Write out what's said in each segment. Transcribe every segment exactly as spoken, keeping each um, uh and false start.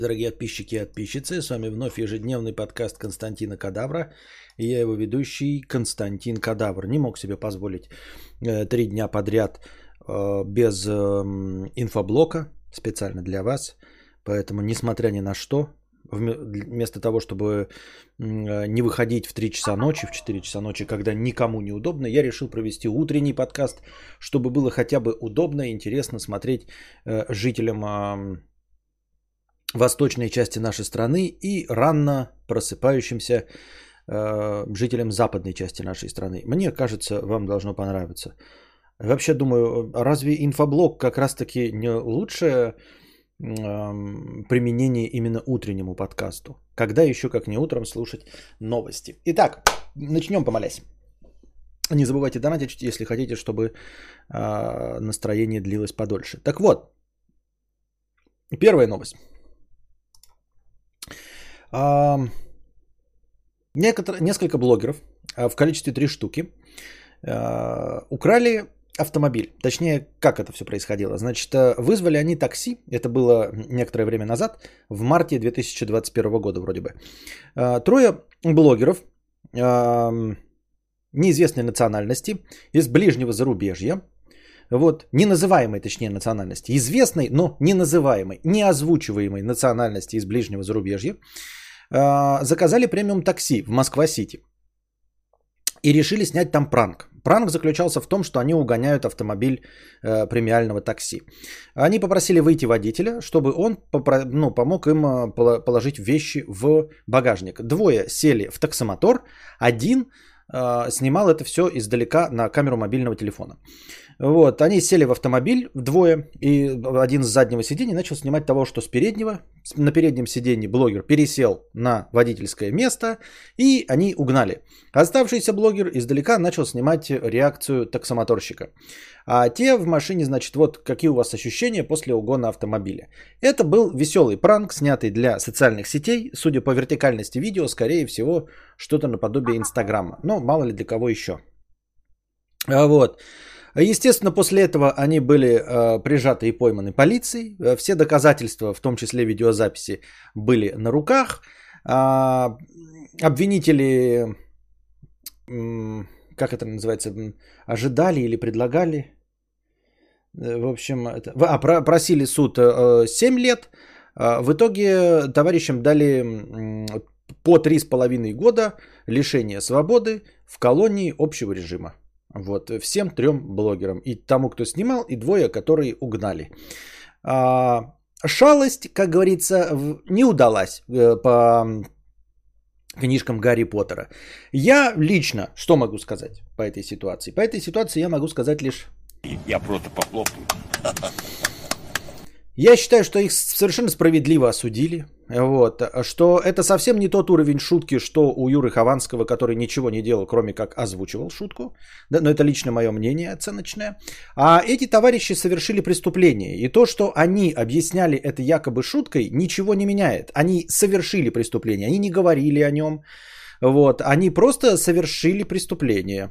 Дорогие подписчики и подписчицы, с вами вновь ежедневный подкаст Константина Кадавра. И я его ведущий Константин Кадавр. Не мог себе позволить э, три дня подряд э, без э, инфоблока специально для вас. Поэтому, несмотря ни на что, вместо того, чтобы э, не выходить в три часа ночи, в четыре часа ночи, когда никому не удобно, я решил провести утренний подкаст, чтобы было хотя бы удобно и интересно смотреть э, жителям... Э, восточной части нашей страны и рано просыпающимся э, жителям западной части нашей страны. Мне кажется, вам должно понравиться. Вообще думаю, разве инфоблог как раз-таки не лучшее э, применение именно утреннему подкасту? Когда еще, как не утром, слушать новости? Итак, начнем, помолясь. Не забывайте донатить, если хотите, чтобы э, настроение длилось подольше. Так вот, первая новость. Uh, некотор... Несколько блогеров uh, в количестве три штуки uh, украли автомобиль. Точнее, как это все происходило. Значит, uh, вызвали они такси. Это было некоторое время назад, в марте две тысячи двадцать первого года вроде бы. Uh, трое блогеров uh, неизвестной национальности из ближнего зарубежья. Вот, неназываемой, точнее, национальности, известной, но неназываемой, неозвучиваемой национальности из ближнего зарубежья, э, заказали премиум такси в Москва-Сити и решили снять там пранк. Пранк заключался в том, что они угоняют автомобиль э, премиального такси. Они попросили выйти водителя, чтобы он попро- ну, помог им э, положить вещи в багажник. Двое сели в таксомотор, один э, снимал это все издалека на камеру мобильного телефона. Вот, они сели в автомобиль вдвое, и один с заднего сиденья начал снимать того, что с переднего. На переднем сиденье блогер пересел на водительское место, и они угнали. Оставшийся блогер издалека начал снимать реакцию таксомоторщика. А те в машине, значит, вот какие у вас ощущения после угона автомобиля. Это был веселый пранк, снятый для социальных сетей. Судя по вертикальности видео, скорее всего, что-то наподобие Инстаграма. Но мало ли для кого еще. Вот. Естественно, после этого они были э, прижаты и пойманы полицией. Все доказательства, в том числе видеозаписи, были на руках. А, обвинители, м, как это называется, ожидали или предлагали. В общем, это, а, про, просили суд э, семь лет. А, в итоге товарищам дали м, по три с половиной года лишения свободы в колонии общего режима. Вот, всем трем блогерам. И тому, кто снимал, и двое, которые угнали. А, шалость, как говорится, не удалась по книжкам Гарри Поттера. Я лично, что могу сказать по этой ситуации? По этой ситуации я могу сказать лишь... Я просто похлопаю. Я считаю, что их совершенно справедливо осудили. Вот, что это совсем не тот уровень шутки, что у Юры Хованского, который ничего не делал, кроме как озвучивал шутку. Да, но это лично мое мнение оценочное. А эти товарищи совершили преступление. И то, что они объясняли это якобы шуткой, ничего не меняет. Они совершили преступление. Они не говорили о нем. Вот, они просто совершили преступление.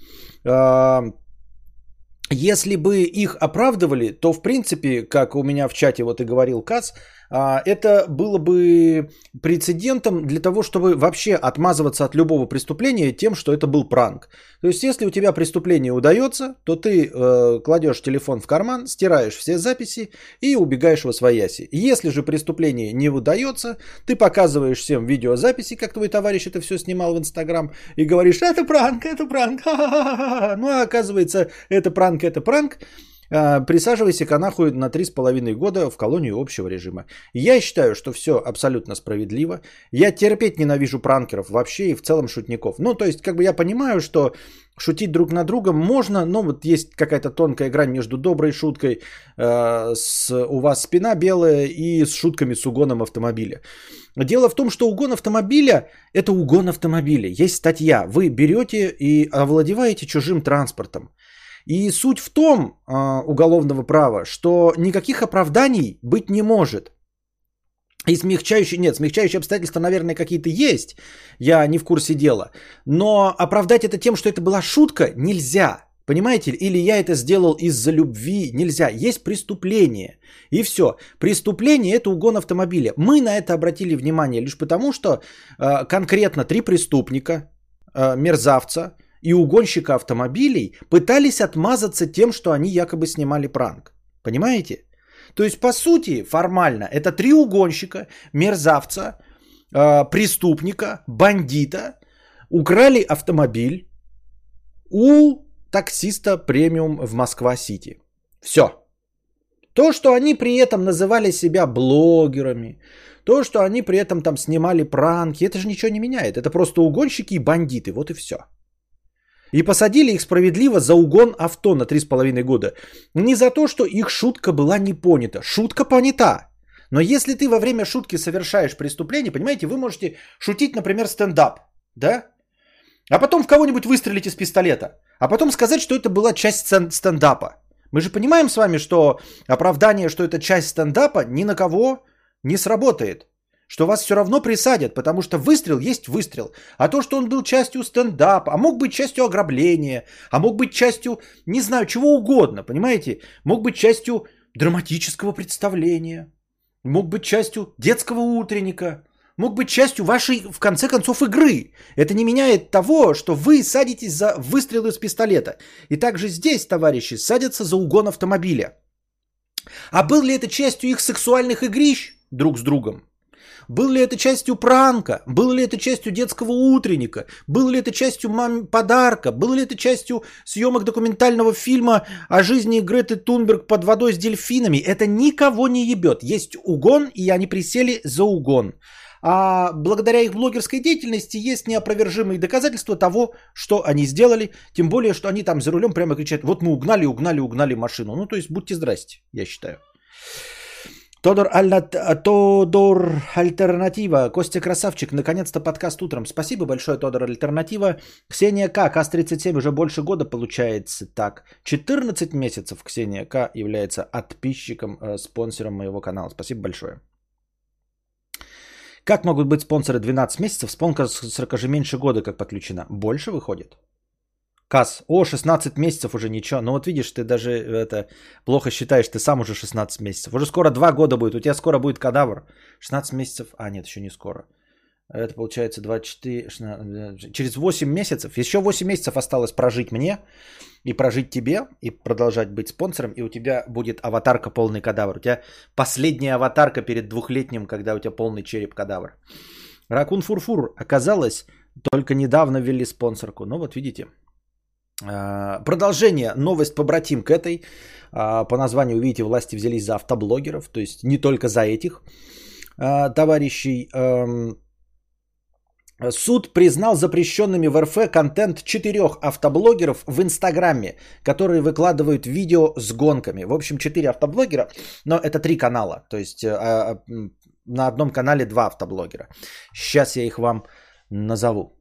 Если бы их оправдывали, то в принципе, как у меня в чате вот и говорил Кац, это было бы прецедентом для того, чтобы вообще отмазываться от любого преступления тем, что это был пранк. То есть, если у тебя преступление удается, то ты э, кладешь телефон в карман, стираешь все записи и убегаешь во свояси. Если же преступление не удается, ты показываешь всем видеозаписи, как твой товарищ это все снимал в Инстаграм, и говоришь, это пранк, это пранк, ха-ха-ха. Ну а оказывается, это пранк, это пранк. Присаживайся-ка нахуй на три с половиной года в колонию общего режима. Я считаю, что все абсолютно справедливо. Я терпеть ненавижу пранкеров вообще и в целом шутников. Ну, то есть, как бы я понимаю, что шутить друг над другом можно, но вот есть какая-то тонкая грань между доброй шуткой, э, с у вас спина белая, и с шутками с угоном автомобиля. Дело в том, что угон автомобиля – это угон автомобиля. Есть статья. Вы берете и овладеваете чужим транспортом. И суть в том э, уголовного права, что никаких оправданий быть не может. И смягчающие, нет, смягчающие обстоятельства, наверное, какие-то есть. Я не в курсе дела. Но оправдать это тем, что это была шутка, нельзя. Понимаете? Или я это сделал из-за любви. Нельзя. Есть преступление. И все. Преступление – это угон автомобиля. Мы на это обратили внимание лишь потому, что э, конкретно три преступника, э, мерзавца и угонщика автомобилей пытались отмазаться тем, что они якобы снимали пранк. Понимаете? То есть, по сути, формально, это три угонщика, мерзавца, э, преступника, бандита украли автомобиль у таксиста премиум в Москва-Сити. Все. То, что они при этом называли себя блогерами, то, что они при этом там снимали пранки, это же ничего не меняет. Это просто угонщики и бандиты. Вот и все. И посадили их справедливо за угон авто на три с половиной года. Не за то, что их шутка была не понята. Шутка понята. Но если ты во время шутки совершаешь преступление, понимаете, вы можете шутить, например, стендап, да? А потом в кого-нибудь выстрелить из пистолета. А потом сказать, что это была часть стендапа. Мы же понимаем с вами, что оправдание, что это часть стендапа, ни на кого не сработает. Что вас все равно присадят, потому что выстрел есть выстрел. А то, что он был частью стендапа, а мог быть частью ограбления, а мог быть частью, не знаю, чего угодно, понимаете? Мог быть частью драматического представления, мог быть частью детского утренника, мог быть частью вашей, в конце концов, игры. Это не меняет того, что вы садитесь за выстрел из пистолета. И также здесь, товарищи, садятся за угон автомобиля. А был ли это частью их сексуальных игрищ друг с другом? Был ли это частью пранка? Был ли это частью детского утренника? Было ли это частью маме подарка? Было ли это частью съемок документального фильма о жизни Греты Тунберг под водой с дельфинами? Это никого не ебет. Есть угон, и они присели за угон. А благодаря их блогерской деятельности есть неопровержимые доказательства того, что они сделали. Тем более, что они там за рулем прямо кричат: вот мы угнали, угнали, угнали машину. Ну, то есть, будьте здрасте, я считаю. Тодор, Альна... Тодор Альтернатива. Костя красавчик. Наконец-то подкаст утром. Спасибо большое, Тодор Альтернатива. Ксения К. КАС тридцать семь. Уже больше года получается так. четырнадцать месяцев Ксения К. является подписчиком, э, спонсором моего канала. Спасибо большое. Как могут быть спонсоры двенадцать месяцев? Спонсорка же меньше года как подключена. Больше выходит? КАС. О, шестнадцать месяцев уже ничего. Ну вот видишь, ты даже это плохо считаешь. Ты сам уже шестнадцать месяцев. Уже скоро два года будет. У тебя скоро будет кадавр. шестнадцать месяцев. А, нет, еще не скоро. Это получается двадцать четыре. шестнадцать, через восемь месяцев. Еще восемь месяцев осталось прожить мне. И прожить тебе. И продолжать быть спонсором. И у тебя будет аватарка полный кадавр. У тебя последняя аватарка перед двухлетним, когда у тебя полный череп кадавр. Ракун Фурфур. Оказалось, только недавно ввели спонсорку. Ну вот видите. Продолжение, новость побратим к этой. По названию, видите, власти взялись за автоблогеров. То есть не только за этих товарищей. Суд признал запрещенными в эр эф контент четырех автоблогеров в Инстаграме, которые выкладывают видео с гонками. В общем, четыре автоблогера, но это три канала. То есть на одном канале два автоблогера. Сейчас я их вам назову.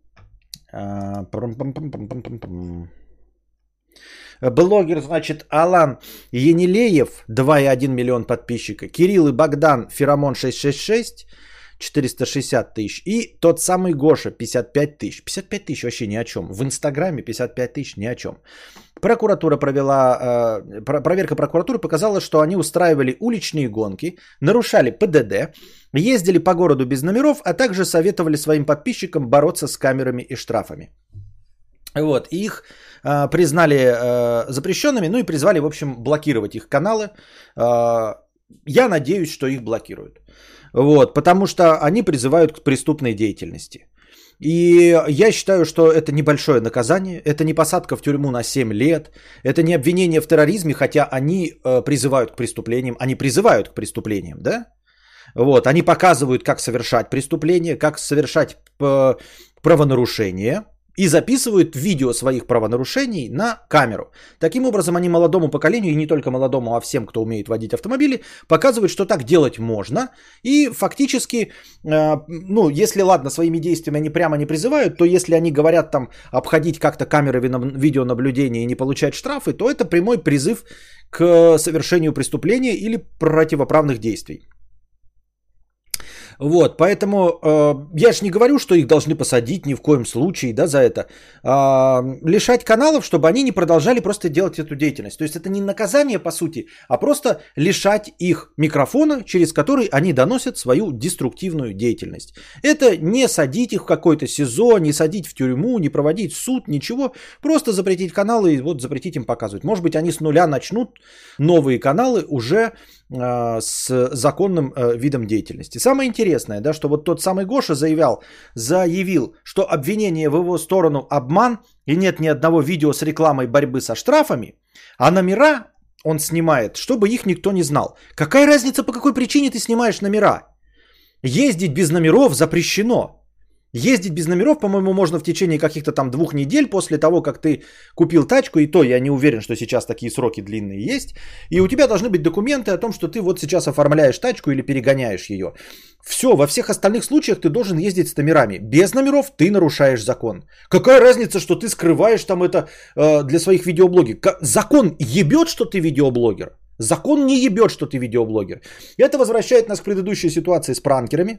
Блогер, значит, Алан Енилеев, два и один миллион подписчика. Кирилл и Богдан, Феромон шестьсот шестьдесят шесть, четыреста шестьдесят тысяч. И тот самый Гоша, пятьдесят пять тысяч. пятьдесят пять тысяч вообще ни о чем. В Инстаграме пятьдесят пять тысяч ни о чем. Прокуратура провела, э, проверка прокуратуры показала, что они устраивали уличные гонки, нарушали пэ дэ дэ, ездили по городу без номеров, а также советовали своим подписчикам бороться с камерами и штрафами. Вот, и их э, признали э, запрещенными, ну и призвали, в общем, блокировать их каналы. Э, я надеюсь, что их блокируют. Вот, потому что они призывают к преступной деятельности. И я считаю, что это небольшое наказание, это не посадка в тюрьму на семь лет, это не обвинение в терроризме, хотя они э, призывают к преступлениям, они призывают к преступлениям, да? Вот, они показывают, как совершать преступления, как совершать э, правонарушения. И записывают видео своих правонарушений на камеру. Таким образом, они молодому поколению, и не только молодому, а всем, кто умеет водить автомобили, показывают, что так делать можно. И фактически, э, ну, если, ладно, своими действиями они прямо не призывают, то если они говорят там обходить как-то камеры видеонаблюдения и не получать штрафы, то это прямой призыв к совершению преступления или противоправных действий. Вот, поэтому э, я же не говорю, что их должны посадить ни в коем случае, да, за это. А, лишать каналов, чтобы они не продолжали просто делать эту деятельность. То есть это не наказание, по сути, а просто лишать их микрофона, через который они доносят свою деструктивную деятельность. Это не садить их в какой-то СИЗО, не садить в тюрьму, не проводить суд, ничего. Просто запретить каналы и вот запретить им показывать. Может быть, они с нуля начнут новые каналы уже э, с законным э, видом деятельности. Самое интересное, да, что вот тот самый Гоша заявлял, заявил, что обвинение в его сторону обман и нет ни одного видео с рекламой борьбы со штрафами, а номера он снимает, чтобы их никто не знал. Какая разница, по какой причине ты снимаешь номера? Ездить без номеров запрещено. Ездить без номеров, по-моему, можно в течение каких-то там двух недель после того, как ты купил тачку, и то я не уверен, что сейчас такие сроки длинные есть, и у тебя должны быть документы о том, что ты вот сейчас оформляешь тачку или перегоняешь ее. Все, во всех остальных случаях ты должен ездить с номерами. Без номеров ты нарушаешь закон. Какая разница, что ты скрываешь там это э, для своих видеоблогов? Закон ебет, что ты видеоблогер? Закон не ебет, что ты видеоблогер. Это возвращает нас к предыдущей ситуации с пранкерами.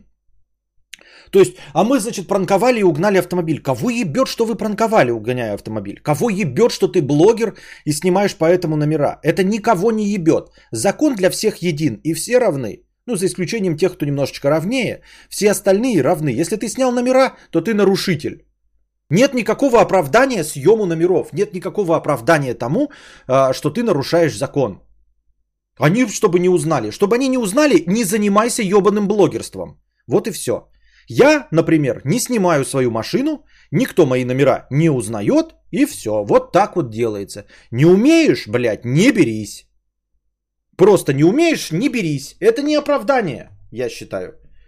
То есть, а мы, значит, пранковали и угнали автомобиль. Кого ебет, что вы пранковали, угоняя автомобиль? Кого ебет, что ты блогер и снимаешь по этому номера? Это никого не ебет. Закон для всех един, и все равны. Ну, за исключением тех, кто немножечко равнее. Все остальные равны. Если ты снял номера, то ты нарушитель. Нет никакого оправдания съему номеров. Нет никакого оправдания тому, что ты нарушаешь закон. Они, чтобы не узнали. Чтобы они не узнали, не занимайся ебаным блогерством. Вот и все. Я, например, не снимаю свою машину, никто мои номера не узнает, и все. Вот так вот делается. Не умеешь, блядь, не берись. Просто не умеешь, не берись. Это не оправдание, я считаю.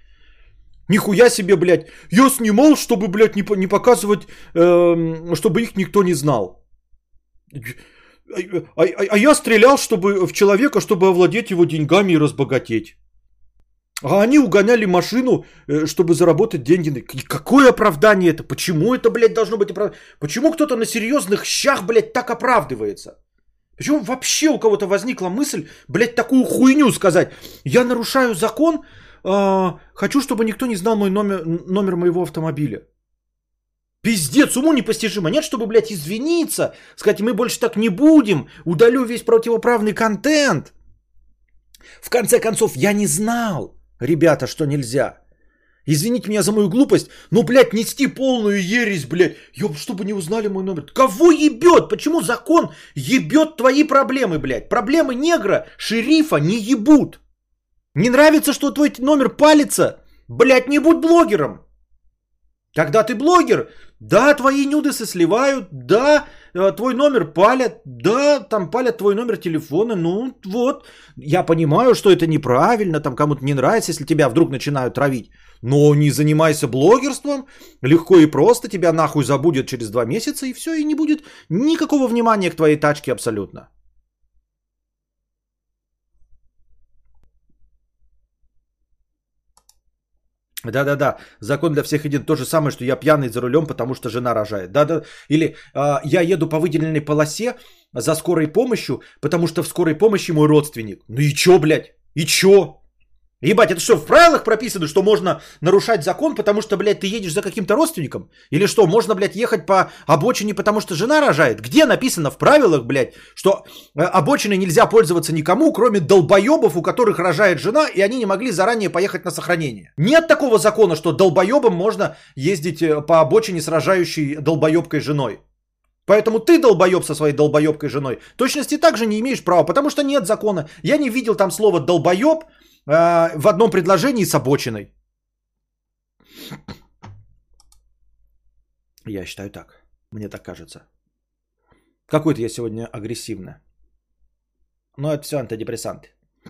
Нихуя себе, блядь. Я снимал, чтобы, блядь, не, не показывать, э, чтобы их никто не знал. А, а, а я стрелял чтобы, в человека, чтобы овладеть его деньгами и разбогатеть. А они угоняли машину, чтобы заработать деньги. Какое оправдание это? Почему это, блядь, должно быть оправдание? Почему кто-то на серьезных щах, блядь, так оправдывается? Почему вообще у кого-то возникла мысль, блядь, такую хуйню сказать? Я нарушаю закон, э, хочу, чтобы никто не знал мой номер, номер моего автомобиля. Пиздец, уму непостижимо. Нет, чтобы, блядь, извиниться, сказать, мы больше так не будем, удалю весь противоправный контент. В конце концов, я не знал. Ребята, что нельзя. Извините меня за мою глупость, но, блядь, нести полную ересь, блядь. Ёб, чтобы не узнали мой номер. Кого ебет? Почему закон ебет твои проблемы, блядь? Проблемы негра, шерифа не ебут. Не нравится, что твой номер палится? Блядь, не будь блогером. Когда ты блогер, да, твои нюдесы сливают, да, твой номер палят, да, там палят твой номер телефона, ну вот, я понимаю, что это неправильно, там кому-то не нравится, если тебя вдруг начинают травить, но не занимайся блогерством, легко и просто, тебя нахуй забудет через два месяца и все, и не будет никакого внимания к твоей тачке абсолютно. Да-да-да, закон для всех един. То же самое, что я пьяный за рулем, потому что жена рожает. Да-да. Или э, я еду по выделенной полосе за скорой помощью, потому что в скорой помощи мой родственник. Ну и чё, блядь? И чё? Ебать, это что, в правилах прописано, что можно нарушать закон, потому что, блядь, ты едешь за каким-то родственником? Или что, можно, блядь, ехать по обочине, потому что жена рожает? Где написано в правилах, блядь, что обочиной нельзя пользоваться никому, кроме долбоебов, у которых рожает жена, и они не могли заранее поехать на сохранение? Нет такого закона, что долбоебам можно ездить по обочине с рожающей долбоебкой женой. Поэтому ты, долбоеб со своей долбоебкой женой, точности также не имеешь права, потому что нет закона. Я не видел там слова долбоеб в одном предложении с обочиной. Я считаю так. Мне так кажется. Какой-то я сегодня агрессивный. Но это все антидепрессанты.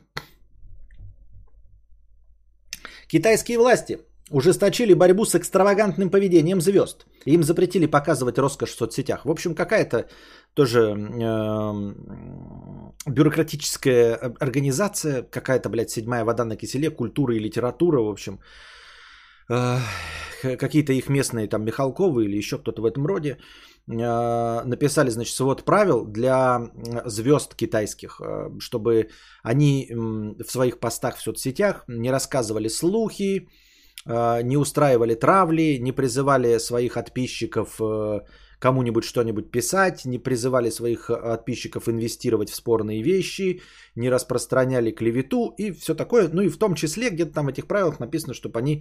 Китайские власти ужесточили борьбу с экстравагантным поведением звезд. Им запретили показывать роскошь в соцсетях. В общем, какая-то тоже э, бюрократическая организация, какая-то, блядь, седьмая вода на киселе, культура и литература, в общем, э, какие-то их местные там Михалковы или еще кто-то в этом роде, э, написали, значит, свод правил для звезд китайских, чтобы они в своих постах в соцсетях не рассказывали слухи, не устраивали травли, не призывали своих подписчиков кому-нибудь что-нибудь писать, не призывали своих подписчиков инвестировать в спорные вещи, не распространяли клевету и все такое. Ну и в том числе где-то там в этих правилах написано, чтобы они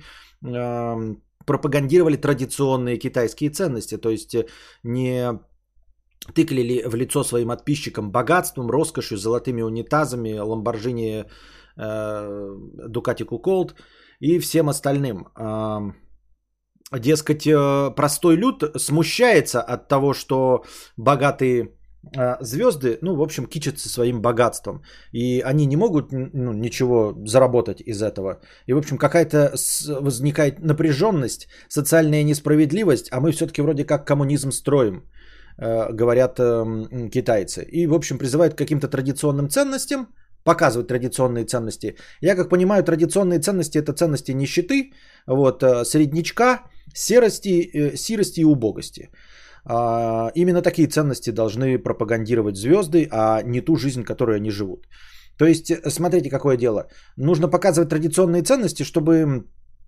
э, пропагандировали традиционные китайские ценности, то есть не тыкали ли в лицо своим подписчикам богатством, роскошью, золотыми унитазами, Lamborghini, э, Ducati Colt и всем остальным. Э, дескать, простой люд смущается от того, что богатые э, звезды, ну, в общем, кичатся своим богатством. И они не могут ну, ничего заработать из этого. И, в общем, какая-то возникает напряженность, социальная несправедливость, а мы все-таки вроде как коммунизм строим, э, говорят э, китайцы. И, в общем, призывают к каким-то традиционным ценностям, показывать традиционные ценности. Я как понимаю, традиционные ценности – это ценности нищеты, вот, среднячка, серости, сирости и убогости. А, именно такие ценности должны пропагандировать звезды, а не ту жизнь, которой они живут. То есть, смотрите, какое дело. Нужно показывать традиционные ценности, чтобы,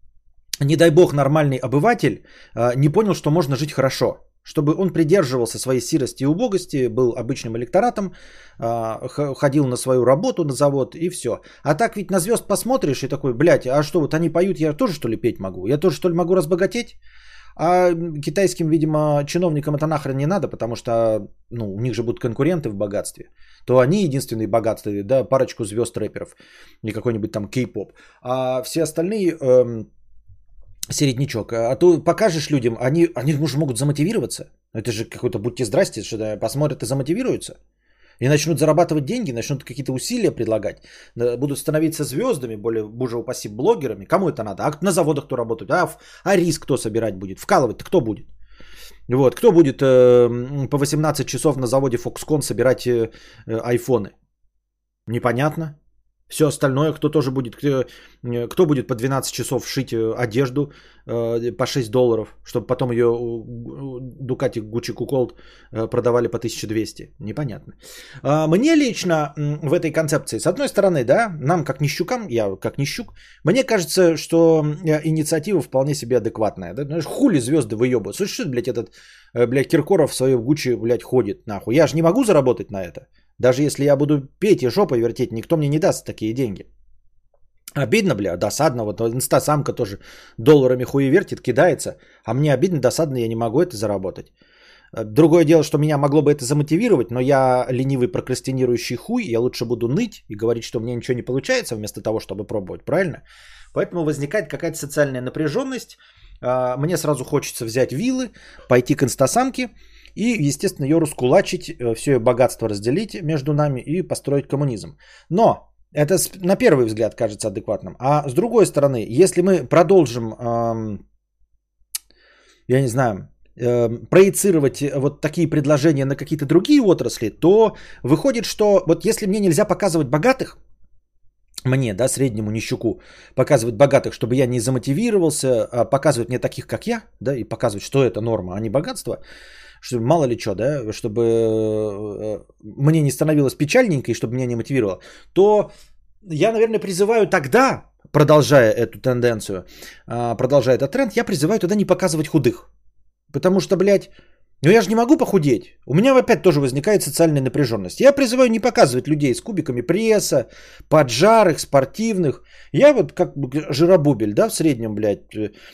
не дай бог, нормальный обыватель не понял, что можно жить хорошо. Чтобы он придерживался своей сирости и убогости, был обычным электоратом, ходил на свою работу на завод и все. А так ведь на звезд посмотришь и такой, блядь, а что вот они поют, я тоже что ли петь могу? Я тоже что ли могу разбогатеть? А китайским, видимо, чиновникам это нахрен не надо, потому что ну, у них же будут конкуренты в богатстве. То они единственные богатые, да, парочку звезд рэперов или какой-нибудь там кей-поп. А все остальные... Эм, середнячок. А то покажешь людям, они, они уже могут замотивироваться. Это же какой-то будьте здрасте, что посмотрят и замотивируются. И начнут зарабатывать деньги, начнут какие-то усилия предлагать. Будут становиться звездами, более, боже упаси, блогерами. Кому это надо? А на заводах кто работает? А, а риск кто собирать будет? Вкалывать-то кто будет? Вот. Кто будет э, по восемнадцать часов на заводе Foxconn собирать э, э, айфоны? Непонятно. Все остальное, кто тоже будет, кто, кто будет по двенадцать часов шить одежду э, по шесть долларов, чтобы потом ее Ducati Gucci Colt продавали по тысяча двести. Непонятно. А мне лично в этой концепции, с одной стороны, да, нам как нищукам, я как нищук, мне кажется, что инициатива вполне себе адекватная. Да? Знаешь, хули звезды выебывают. Слушай, что, блядь, этот, блядь, Киркоров в своей Gucci, блядь, ходит нахуй. Я же не могу заработать на это. Даже если я буду петь и жопой вертеть, никто мне не даст такие деньги. Обидно, бля, досадно. Вот инстасамка тоже долларами хуевертит, кидается. А мне обидно, досадно, я не могу это заработать. Другое дело, что меня могло бы это замотивировать, но я ленивый прокрастинирующий хуй. Я лучше буду ныть и говорить, что у меня ничего не получается, вместо того, чтобы пробовать, правильно? Поэтому возникает какая-то социальная напряженность. Мне сразу хочется взять вилы, пойти к инстасамке. И, естественно, ее раскулачить, все ее богатство разделить между нами и построить коммунизм. Но это на первый взгляд кажется адекватным. А с другой стороны, если мы продолжим, эм, я не знаю, эм, проецировать вот такие предложения на какие-то другие отрасли, то выходит, что вот если мне нельзя показывать богатых, мне, да, среднему нищуку, показывать богатых, чтобы я не замотивировался, а показывать мне таких, как я, да, и показывать, что это норма, а не богатство, чтобы мало ли что, да, чтобы мне не становилось печальненько и чтобы меня не мотивировало, то я, наверное, призываю тогда, продолжая эту тенденцию, продолжая этот тренд, я призываю тогда не показывать худых. Потому что, блядь, ну я же не могу похудеть. У меня опять тоже возникает социальная напряженность. Я призываю не показывать людей с кубиками пресса, поджарых, спортивных. Я вот как жиробубель, да, в среднем, блядь,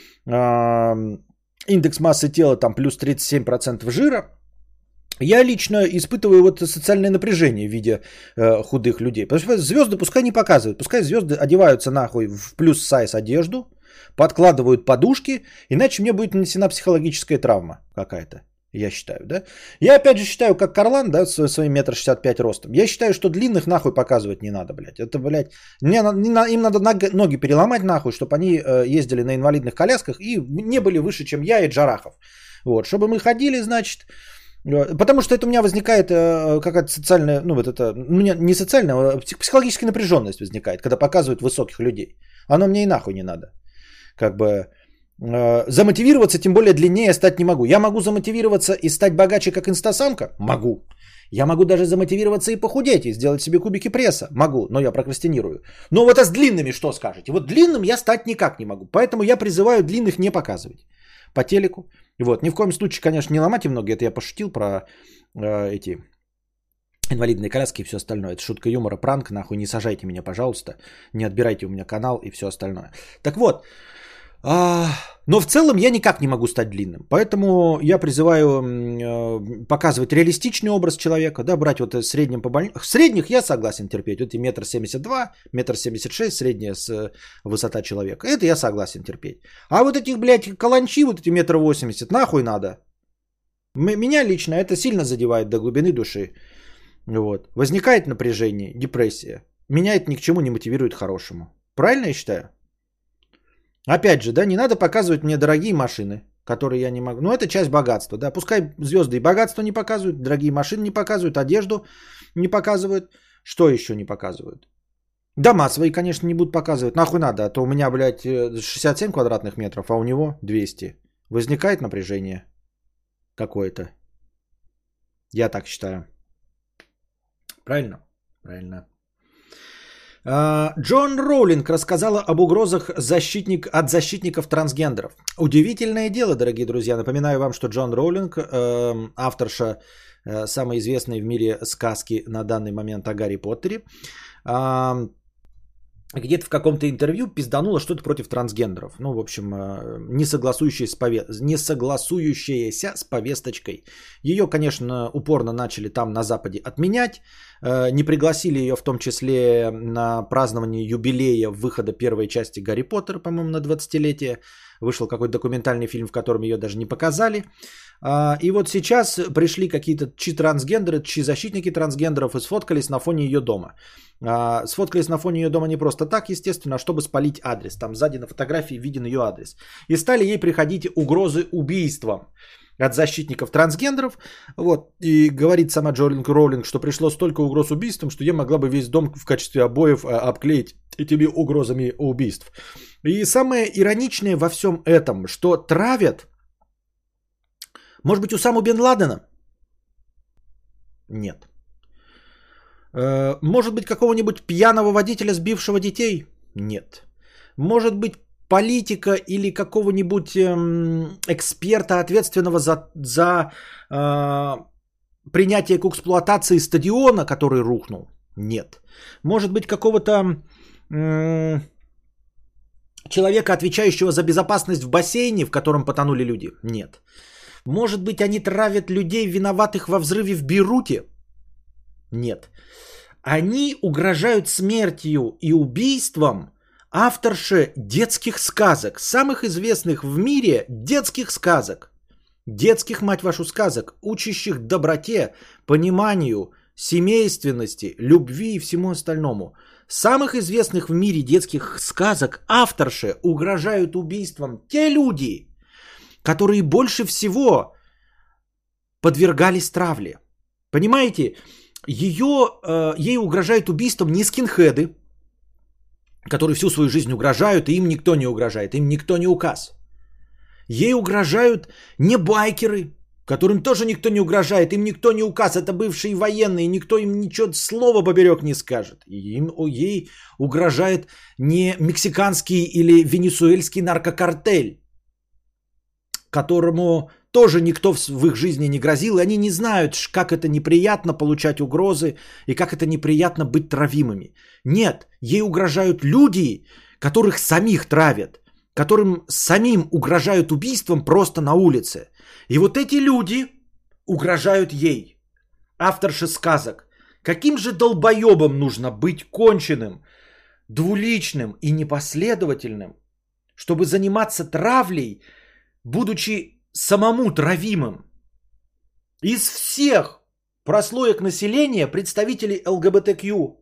индекс массы тела там плюс тридцать семь процентов жира. Я лично испытываю вот социальное напряжение в виде э, худых людей. Потому что звезды пускай не показывают. Пускай звезды одеваются нахуй в плюс сайз одежду, подкладывают подушки, иначе мне будет нанесена психологическая травма какая-то. Я считаю, да? Я опять же считаю, как Карлан, да, со своим метр шестьдесят пять ростом. Я считаю, что длинных нахуй показывать не надо, блядь. Это, блядь, мне, им надо ноги переломать нахуй, чтобы они ездили на инвалидных колясках и не были выше, чем я и Джарахов. Вот, чтобы мы ходили, значит... Потому что это у меня возникает какая-то социальная, ну вот это, у меня не социальная, а психологическая напряженность возникает, когда показывают высоких людей. Оно мне и нахуй не надо. Как бы... Замотивироваться, тем более длиннее стать не могу. Я могу замотивироваться и стать богаче, как инстасамка? Могу. Я могу даже замотивироваться и похудеть, и сделать себе кубики пресса. Могу, но я прокрастинирую. Но вот а с длинными что скажете? Вот длинным я стать никак не могу. Поэтому я призываю длинных не показывать по телеку. Вот. Ни в коем случае, конечно, не ломайте ноги. Это я пошутил про э, эти инвалидные коляски и все остальное. Это шутка юмора, пранк. Нахуй не сажайте меня, пожалуйста. Не отбирайте у меня канал и все остальное. Так вот. А, но в целом я никак не могу стать длинным. Поэтому я призываю э, показывать реалистичный образ человека. Да, брать вот в среднем по больницам. В средних я согласен терпеть. Вот и метр семьдесят два, метр семьдесят шесть средняя с, высота человека. Это я согласен терпеть. А вот этих, блядь, каланчи, вот эти метр восемьдесят, нахуй надо. М- меня лично это сильно задевает до глубины души. Вот. Возникает напряжение, депрессия. Меня это ни к чему не мотивирует хорошему. Правильно я считаю? Опять же, да, не надо показывать мне дорогие машины, которые я не могу. Ну, это часть богатства, да. Пускай звезды и богатство не показывают, дорогие машины не показывают, одежду не показывают. Что еще не показывают? Дома свои, конечно, не будут показывать. Нахуй надо, а то у меня, блядь, шестьдесят семь квадратных метров, а у него двести. Возникает напряжение какое-то. Я так считаю. Правильно? Правильно. Джон Роулинг рассказала об угрозах защитник, от защитников трансгендеров. Удивительное дело, дорогие друзья. Напоминаю вам, что Джон Роулинг, э, авторша э, самой известной в мире сказки на данный момент о Гарри Поттере, э, где-то в каком-то интервью пизданула что-то против трансгендеров. Ну, в общем, э, не, согласующаяся с пове... не согласующаяся с повесточкой. Ее, конечно, упорно начали там на Западе отменять. Не пригласили ее в том числе на празднование юбилея выхода первой части Гарри Поттера, по-моему, на двадцатилетие. Вышел какой-то документальный фильм, в котором ее даже не показали. И вот сейчас пришли какие-то чи трансгендеры, чи защитники трансгендеров и сфоткались на фоне ее дома. Сфоткались на фоне ее дома не просто так, естественно, а чтобы спалить адрес. Там сзади на фотографии виден ее адрес. И стали ей приходить угрозы убийством от защитников трансгендеров. Вот. И говорит сама Джолинг Роулинг, что пришло столько угроз убийством, что я могла бы весь дом в качестве обоев обклеить этими угрозами убийств. И самое ироничное во всем этом, что травят, может быть, Усаму бен Ладена? Нет. Может быть, какого-нибудь пьяного водителя, сбившего детей? Нет. Может быть, политика или какого-нибудь эм, эксперта, ответственного за, за э, принятие к эксплуатации стадиона, который рухнул? Нет. Может быть, какого-то э, человека, отвечающего за безопасность в бассейне, в котором потонули люди? Нет. Может быть, они травят людей, виноватых во взрыве в Бейруте? Нет. Они угрожают смертью и убийством авторше детских сказок, самых известных в мире детских сказок, детских, мать вашу, сказок, учащих доброте, пониманию, семейственности, любви и всему остальному. Самых известных в мире детских сказок авторше угрожают убийством те люди, которые больше всего подвергались травле. Понимаете, ее, э, ей угрожают убийством не скинхеды, которые всю свою жизнь угрожают, и им никто не угрожает, им никто не указ. Ей угрожают не байкеры, которым тоже никто не угрожает, им никто не указ, это бывшие военные, никто им ничего, слова поперек не скажет. Им, ей угрожает не мексиканский или венесуэльский наркокартель, которому тоже никто в их жизни не грозил, и они не знают, как это неприятно получать угрозы и как это неприятно быть травимыми. Нет, ей угрожают люди, которых самих травят, которым самим угрожают убийством просто на улице. И вот эти люди угрожают ей, авторше сказок. Каким же долбоебом нужно быть конченым, двуличным и непоследовательным, чтобы заниматься травлей, будучи самому травимым? Из всех прослоек населения, представителей эл гэ бэ тэ кью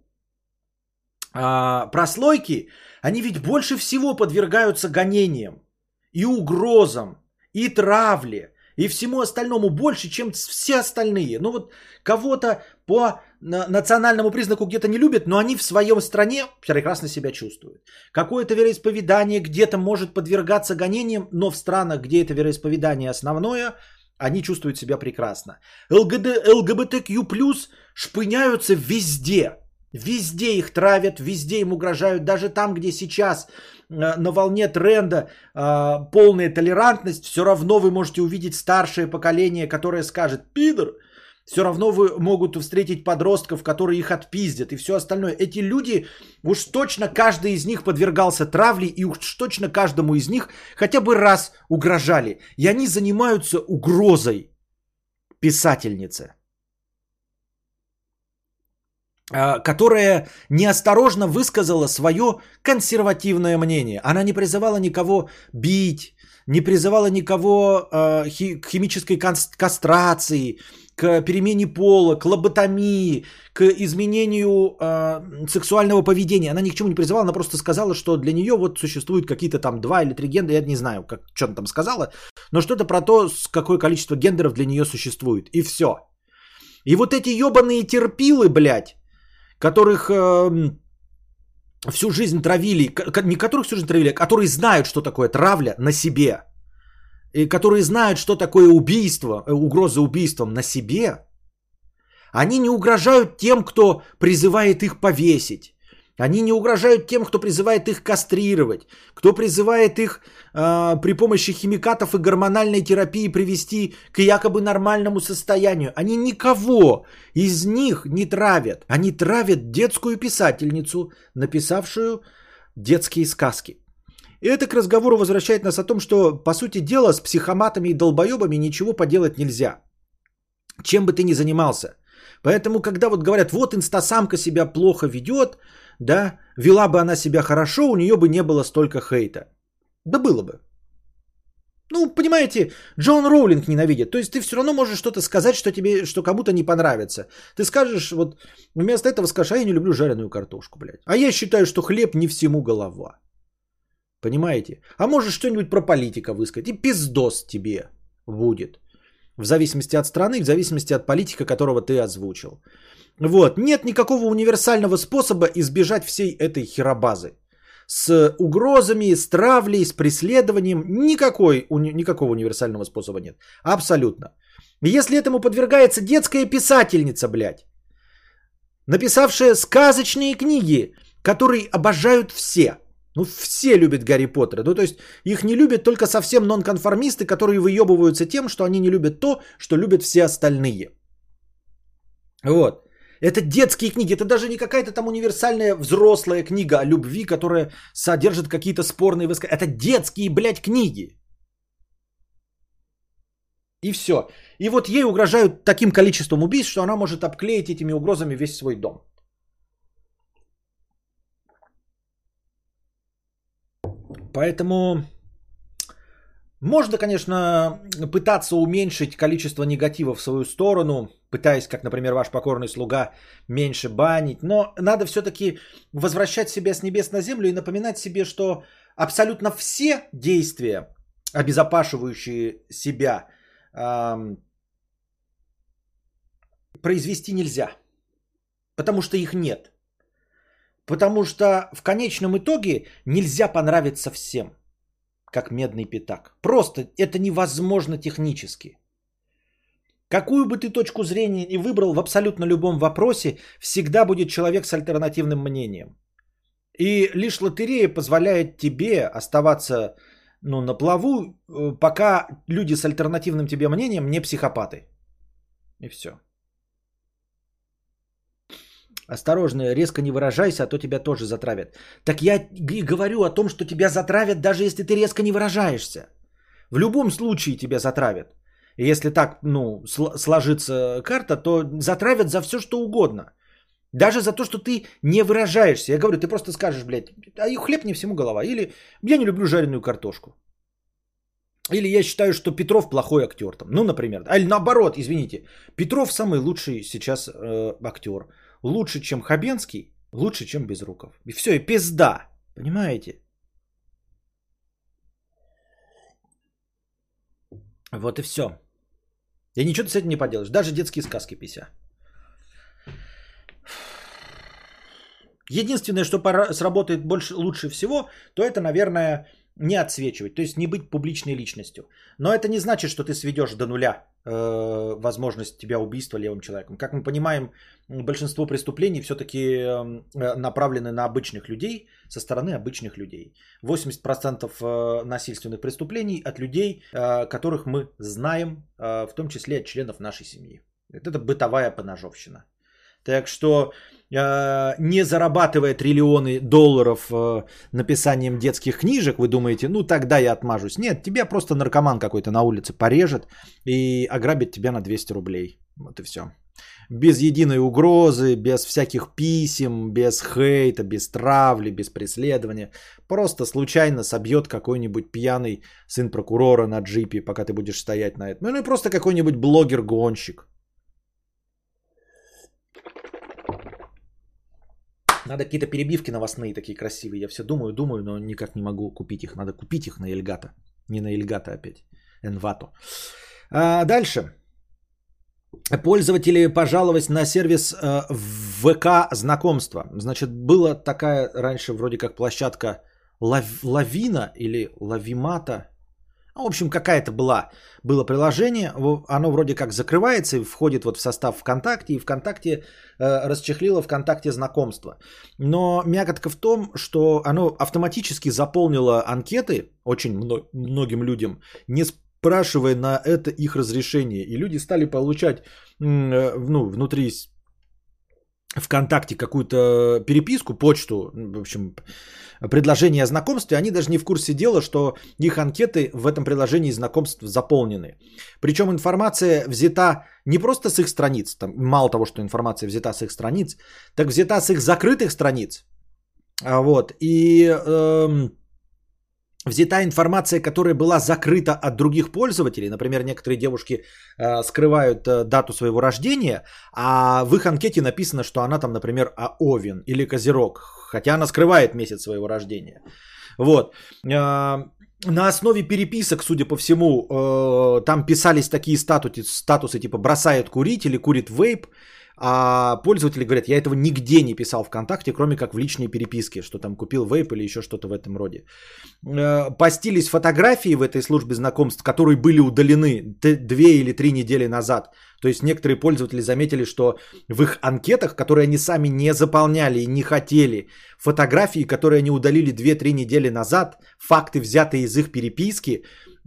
а, прослойки, они ведь больше всего подвергаются гонениям и угрозам, и травле, и всему остальному больше, чем все остальные. Ну вот кого-то по национальному признаку где-то не любят, но они в своей стране прекрасно себя чувствуют. Какое-то вероисповедание где-то может подвергаться гонениям, но в странах, где это вероисповедание основное, они чувствуют себя прекрасно. ЛГД, ЛГБТК плюс шпыняются везде. Везде их травят, везде им угрожают. Даже там, где сейчас э, на волне тренда э, полная толерантность, все равно вы можете увидеть старшее поколение, которое скажет «пидор». Все равно вы могут встретить подростков, которые их отпиздят и все остальное. Эти люди, уж точно каждый из них подвергался травле, и уж точно каждому из них хотя бы раз угрожали. И они занимаются угрозой писательнице, которая неосторожно высказала свое консервативное мнение. Она не призывала никого бить, не призывала никого э, хи- к химической кастрации, к перемене пола, к лоботомии, к изменению э, сексуального поведения. Она ни к чему не призывала, она просто сказала, что для нее вот существует какие-то там два или три гендера, я не знаю, как, что она там сказала, но что-то про то, какое количество гендеров для нее существует, и все. И вот эти ебаные терпилы, блядь, которых э, всю жизнь травили, не которых всю жизнь травили, а которые знают, что такое травля на себе, и которые знают, что такое убийство, угроза убийством на себе, они не угрожают тем, кто призывает их повесить. Они не угрожают тем, кто призывает их кастрировать, кто призывает их э, при помощи химикатов и гормональной терапии привести к якобы нормальному состоянию. Они никого из них не травят. Они травят детскую писательницу, написавшую детские сказки. И это к разговору возвращает нас о том, что, по сути дела, с психоматами и долбоебами ничего поделать нельзя. Чем бы ты ни занимался. Поэтому, когда вот говорят, вот инстасамка себя плохо ведет, да, вела бы она себя хорошо, у нее бы не было столько хейта. Да было бы. Ну, понимаете, Джон Роулинг ненавидит. То есть ты все равно можешь что-то сказать, что тебе, что кому-то не понравится. Ты скажешь, вот вместо этого скажешь, а я не люблю жареную картошку, блядь. А я считаю, что хлеб не всему голова. Понимаете? А можешь что-нибудь про политика высказать. И пиздос тебе будет. В зависимости от страны, в зависимости от политика, которого ты озвучил. Вот. Нет никакого универсального способа избежать всей этой херобазы. С угрозами, с травлей, с преследованием. Никакой, уни, никакого универсального способа нет. Абсолютно. Если этому подвергается детская писательница, блядь, написавшая сказочные книги, которые обожают все. Ну, все любят Гарри Поттера. Ну, то есть, их не любят только совсем нонконформисты, которые выебываются тем, что они не любят то, что любят все остальные. Вот. Это детские книги. Это даже не какая-то там универсальная взрослая книга о любви, которая содержит какие-то спорные высказывания. Это детские, блядь, книги. И все. И вот ей угрожают таким количеством убийств, что она может обклеить этими угрозами весь свой дом. Поэтому можно, конечно, пытаться уменьшить количество негатива в свою сторону, пытаясь, как, например, ваш покорный слуга, меньше банить. Но надо все-таки возвращать себя с небес на землю и напоминать себе, что абсолютно все действия, обезопашивающие себя, эм, произвести нельзя. Потому что их нет. Потому что в конечном итоге нельзя понравиться всем, как медный пятак. Просто это невозможно технически. Какую бы ты точку зрения ни выбрал в абсолютно любом вопросе, всегда будет человек с альтернативным мнением. И лишь лотерея позволяет тебе оставаться, ну, на плаву, пока люди с альтернативным тебе мнением не психопаты. И все. Осторожно, резко не выражайся, а то тебя тоже затравят. Так я и говорю о том, что тебя затравят, даже если ты резко не выражаешься. В любом случае тебя затравят. И если так, ну, сложится карта, то затравят за все, что угодно. Даже за то, что ты не выражаешься. Я говорю, ты просто скажешь, блядь, а и хлеб не всему голова. Или я не люблю жареную картошку. Или я считаю, что Петров плохой актер. Там. Ну, например. Или наоборот, извините. Петров самый лучший сейчас э, актер. Лучше, чем Хабенский, лучше, чем Безруков. И все, и пизда. Понимаете? Вот и все. И ничего ты с этим не поделаешь. Даже детские сказки пися. Единственное, что сработает больше, лучше всего, то это, наверное, не отсвечивать, то есть не быть публичной личностью. Но это не значит, что ты сведешь до нуля э, возможность тебя убийства левым человеком. Как мы понимаем, большинство преступлений все-таки э, направлены на обычных людей, со стороны обычных людей. восемьдесят процентов насильственных преступлений от людей, э, которых мы знаем, э, в том числе от членов нашей семьи. Это бытовая поножовщина. Так что э, не зарабатывая триллионы долларов э, написанием детских книжек, вы думаете, ну тогда я отмажусь. Нет, тебя просто наркоман какой-то на улице порежет и ограбит тебя на двести рублей. Вот и все. Без единой угрозы, без всяких писем, без хейта, без травли, без преследования. Просто случайно собьет какой-нибудь пьяный сын прокурора на джипе, пока ты будешь стоять на этом. Ну и просто какой-нибудь блогер-гонщик. Надо какие-то перебивки новостные такие красивые. Я все думаю, думаю, но никак не могу купить их. Надо купить их на Эльгата. Не на Эльгата опять. Энвато. А дальше. Пользователи пожаловались на сервис э, ВК знакомства. Значит, была такая раньше вроде как площадка Лав, Лавина или Лавимата. В общем, какая-то была, было приложение, оно вроде как закрывается и входит вот в состав ВКонтакте, и ВКонтакте э, расчехлило ВКонтакте знакомство. Но мякотка в том, что оно автоматически заполнило анкеты очень многим людям, не спрашивая на это их разрешение. И люди стали получать э, ну, внутри ВКонтакте какую-то переписку, почту, в общем, предложение о знакомстве, они даже не в курсе дела, что их анкеты в этом приложении знакомств заполнены. Причем информация взята не просто с их страниц, там, мало того, что информация взята с их страниц, так взята с их закрытых страниц. Вот. И эм, взята информация, которая была закрыта от других пользователей. Например, некоторые девушки э, скрывают э, дату своего рождения, а в их анкете написано, что она там, например, Овен или Козерог, хотя она скрывает месяц своего рождения. Вот. Э, на основе переписок, судя по всему, э, там писались такие статусы, статусы типа «бросает курить» или «курит вейп». А пользователи говорят, я этого нигде не писал ВКонтакте, кроме как в личной переписке, что там купил вейп или еще что-то в этом роде. Постились фотографии в этой службе знакомств, которые были удалены две или три недели назад. То есть некоторые пользователи заметили, что в их анкетах, которые они сами не заполняли и не хотели, фотографии, которые они удалили две-три недели назад, факты, взятые из их переписки,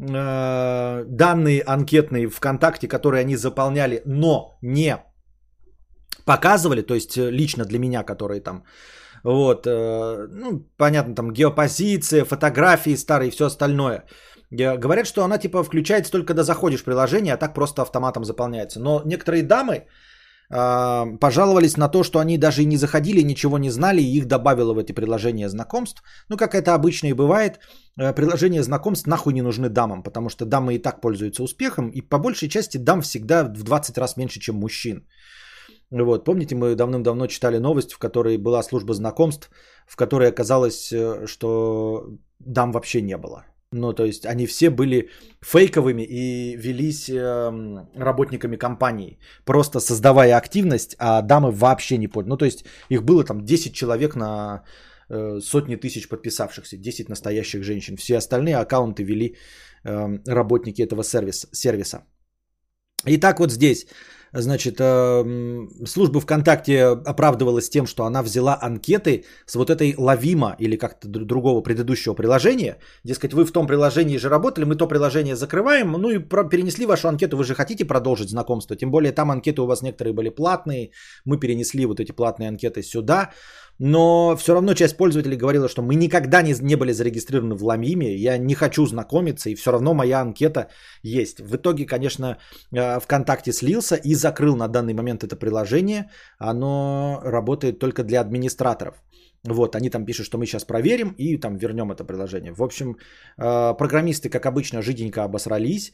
данные анкетные ВКонтакте, которые они заполняли, но не показывали, то есть лично для меня, которые там, вот, э, ну, понятно, там геопозиция, фотографии старые и все остальное. Говорят, что она типа включается только когда заходишь в приложение, а так просто автоматом заполняется. Но некоторые дамы э, пожаловались на то, что они даже и не заходили, ничего не знали, и их добавило в эти приложения знакомств. Ну, как это обычно и бывает, э, приложения знакомств нахуй не нужны дамам, потому что дамы и так пользуются успехом, и по большей части дам всегда в двадцать раз меньше, чем мужчин. Вот, помните, мы давным-давно читали новость, в которой была служба знакомств, в которой оказалось, что дам вообще не было. Ну, то есть они все были фейковыми и велись э, работниками компании, просто создавая активность, а дамы вообще не поняли. Ну, то есть их было там десять человек на э, сотни тысяч подписавшихся, десять настоящих женщин. Все остальные аккаунты вели э, работники этого сервис, сервиса. И так вот здесь. Значит, служба ВКонтакте оправдывалась тем, что она взяла анкеты с вот этой Лавима или как-то другого предыдущего приложения. Дескать, вы в том приложении же работали, мы то приложение закрываем, ну и перенесли вашу анкету, вы же хотите продолжить знакомство. Тем более там анкеты у вас некоторые были платные, мы перенесли вот эти платные анкеты сюда. Но все равно часть пользователей говорила, что мы никогда не, не были зарегистрированы в Лавиме, я не хочу знакомиться, и все равно моя анкета есть. В итоге, конечно, ВКонтакте слился и закрыл на данный момент это приложение. Оно работает только для администраторов. Вот, они там пишут, что мы сейчас проверим и там вернем это приложение. В общем, программисты, как обычно, жиденько обосрались.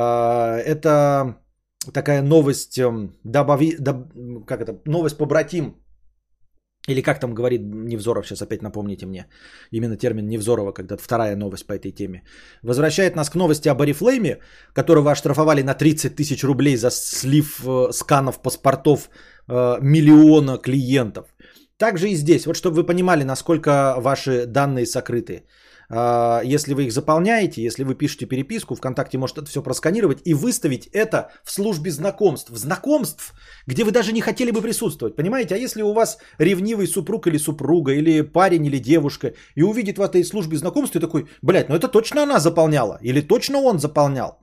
Это такая новость, добави, доб, как это, новость побратим. Или как там говорит Невзоров, сейчас опять напомните мне, именно термин Невзорова, когда вторая новость по этой теме. Возвращает нас к новости об Oriflame, которого оштрафовали на тридцать тысяч рублей за слив э, сканов паспортов э, миллиона клиентов. Также и здесь, вот чтобы вы понимали, насколько ваши данные сокрыты. А, если вы их заполняете, если вы пишете переписку, ВКонтакте может это все просканировать и выставить это в службе знакомств. В знакомств, где вы даже не хотели бы присутствовать. Понимаете? А если у вас ревнивый супруг или супруга, или парень, или девушка, и увидит в этой службе знакомств, и такой, блядь, ну это точно она заполняла, или точно он заполнял.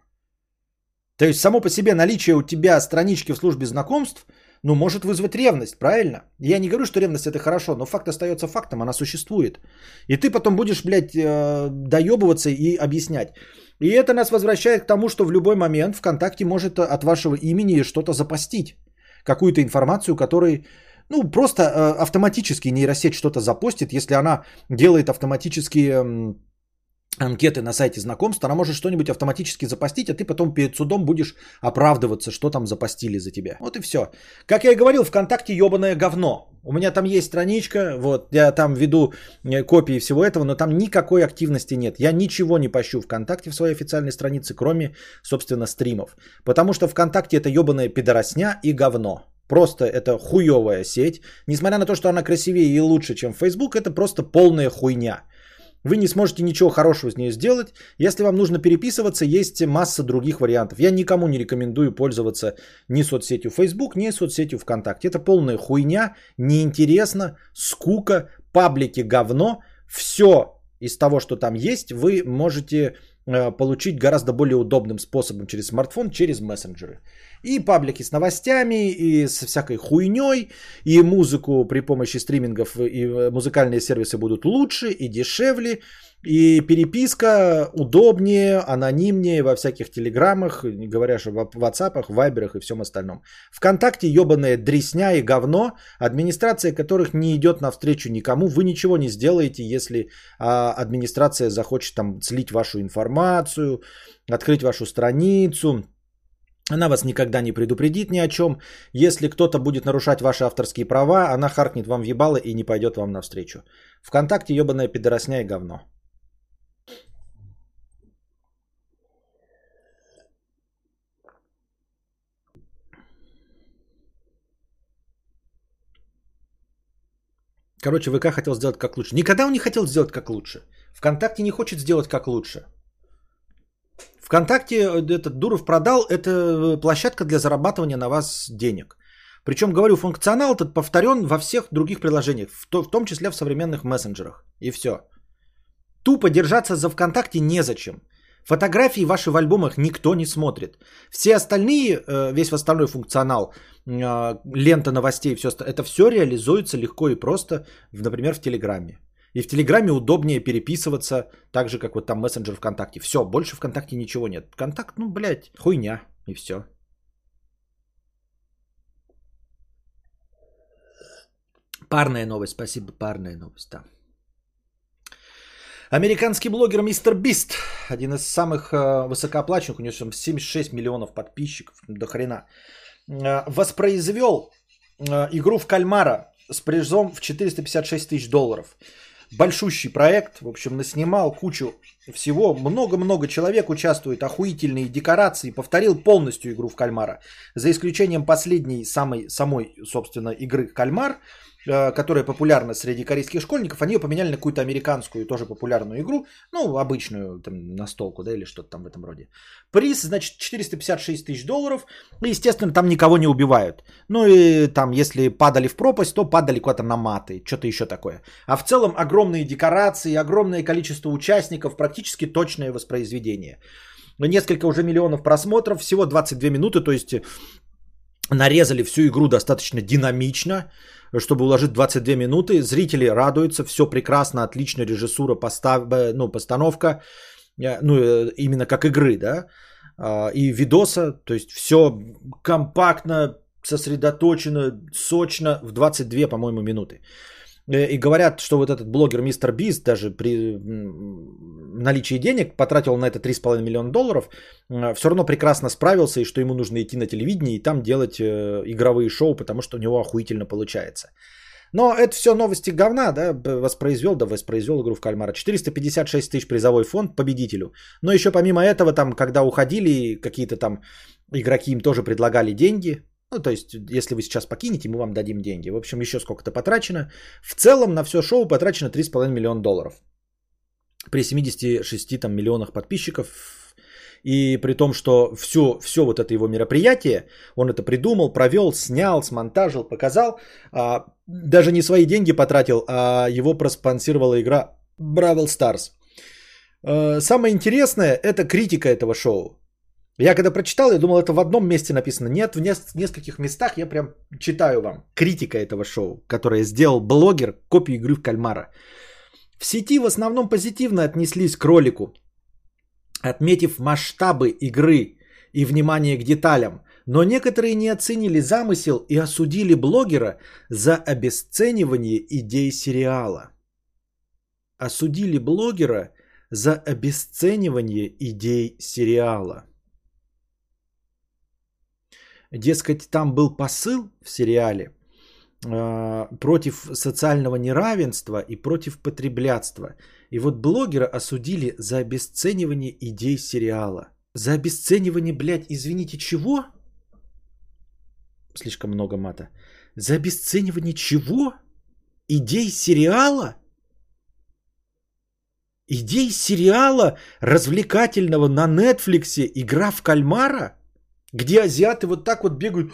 То есть само по себе наличие у тебя странички в службе знакомств, ну, может вызвать ревность, правильно? Я не говорю, что ревность это хорошо, но факт остается фактом, она существует. И ты потом будешь, блядь, э, доебываться и объяснять. И это нас возвращает к тому, что в любой момент ВКонтакте может от вашего имени что-то запостить. Какую-то информацию, которой, ну, просто э, автоматически нейросеть что-то запостит, если она делает автоматические... Э, анкеты на сайте знакомств, она может что-нибудь автоматически запостить, а ты потом перед судом будешь оправдываться, что там запостили за тебя. Вот и все. Как я и говорил, ВКонтакте ебаное говно. У меня там есть страничка, вот, я там веду копии всего этого, но там никакой активности нет. Я ничего не пощу ВКонтакте в своей официальной странице, кроме, собственно, стримов. Потому что ВКонтакте это ебаная пидоросня и говно. Просто это хуевая сеть. Несмотря на то, что она красивее и лучше, чем Facebook, это просто полная хуйня. Вы не сможете ничего хорошего с ней сделать. Если вам нужно переписываться, есть масса других вариантов. Я никому не рекомендую пользоваться ни соцсетью Facebook, ни соцсетью ВКонтакте. Это полная хуйня, неинтересно, скука, паблики говно. Все из того, что там есть, вы можете получить гораздо более удобным способом через смартфон, через мессенджеры. И паблики с новостями, и со всякой хуйней, и музыку при помощи стримингов, и музыкальные сервисы будут лучше и дешевле, и переписка удобнее, анонимнее во всяких телеграммах, не говоря же в ватсапах, вайберах и всем остальном. ВКонтакте ебаная дресня и говно, администрация которых не идет навстречу никому. Вы ничего не сделаете, если а, администрация захочет там слить вашу информацию, открыть вашу страницу. Она вас никогда не предупредит ни о чем. Если кто-то будет нарушать ваши авторские права, она харкнет вам в ебало и не пойдет вам навстречу. ВКонтакте ебаная пидоросня и говно. Короче, ВК хотел сделать как лучше. Никогда он не хотел сделать как лучше. ВКонтакте не хочет сделать как лучше. ВКонтакте этот Дуров продал, это площадка для зарабатывания на вас денег. Причем, говорю, функционал этот повторен во всех других приложениях, в, то, в том числе в современных мессенджерах. И все. Тупо держаться за ВКонтакте незачем. Фотографии ваши в альбомах никто не смотрит. Все остальные, весь остальной функционал, лента новостей, все, это все реализуется легко и просто, например, в Телеграме. И в Телеграме удобнее переписываться, так же, как вот там мессенджер ВКонтакте. Все, больше ВКонтакте ничего нет. Контакт, ну, блядь, хуйня, и все. Парная новость, спасибо, парная новость, да. Американский блогер мистер Бист, один из самых э, высокооплачиваемых, у него там семьдесят шесть миллионов подписчиков, до хрена, э, воспроизвел э, игру в кальмара с призом в четыреста пятьдесят шесть тысяч долларов. Большущий проект, в общем, наснимал кучу всего, много-много человек участвует, охуительные декорации, повторил полностью игру в кальмара, за исключением последней самой, самой, собственно, игры кальмар, которая популярна среди корейских школьников, они ее поменяли на какую-то американскую, тоже популярную игру, ну, обычную, там, настолку, да, или что-то там в этом роде. Приз, значит, четыреста пятьдесят шесть тысяч долларов, и, естественно, там никого не убивают. Ну, и там, если падали в пропасть, то падали куда-то на маты, что-то еще такое. А в целом огромные декорации, огромное количество участников, практически точное воспроизведение. Несколько уже миллионов просмотров, всего двадцать две минуты, то есть нарезали всю игру достаточно динамично, чтобы уложить двадцать две минуты. Зрители радуются, все прекрасно, отлично, режиссура, постав... ну, постановка, ну, именно как игры, да, и видоса, то есть все компактно, сосредоточено, сочно в двадцать две, по-моему, минуты. И говорят, что вот этот блогер мистер Бист даже при наличии денег потратил на это три с половиной миллиона долларов, все равно прекрасно справился, и что ему нужно идти на телевидение и там делать игровые шоу, потому что у него охуительно получается. Но это все новости говна, да, воспроизвел, да, воспроизвел игру в кальмара. четыреста пятьдесят шесть тысяч призовой фонд победителю. Но еще помимо этого, там, когда уходили, какие-то там игроки им тоже предлагали деньги. Ну, то есть, если вы сейчас покинете, мы вам дадим деньги. В общем, еще сколько-то потрачено. В целом на все шоу потрачено три с половиной миллиона долларов. при семидесяти шести там, миллионах подписчиков. И при том, что все, все вот это его мероприятие, он это придумал, провел, снял, смонтажил, показал. А, даже не свои деньги потратил, а его проспонсировала игра Бравл Старс. А, самое интересное – это критика этого шоу. Я когда прочитал, я думал, это в одном месте написано. Нет, в нескольких местах я прям читаю вам. Критика этого шоу, которое сделал блогер копии игры в кальмара. В сети в основном позитивно отнеслись к ролику, отметив масштабы игры и внимание к деталям. Но некоторые не оценили замысел и осудили блогера за обесценивание идей сериала. Осудили блогера за обесценивание идей сериала. Дескать, там был посыл в сериале э, против социального неравенства и против потреблятства. И вот блогера осудили за обесценивание идей сериала. За обесценивание, блядь, извините, чего? Слишком много мата. За обесценивание чего? Идей сериала? Идей сериала развлекательного на Нетфликсе «Игра в кальмара», где азиаты вот так вот бегают.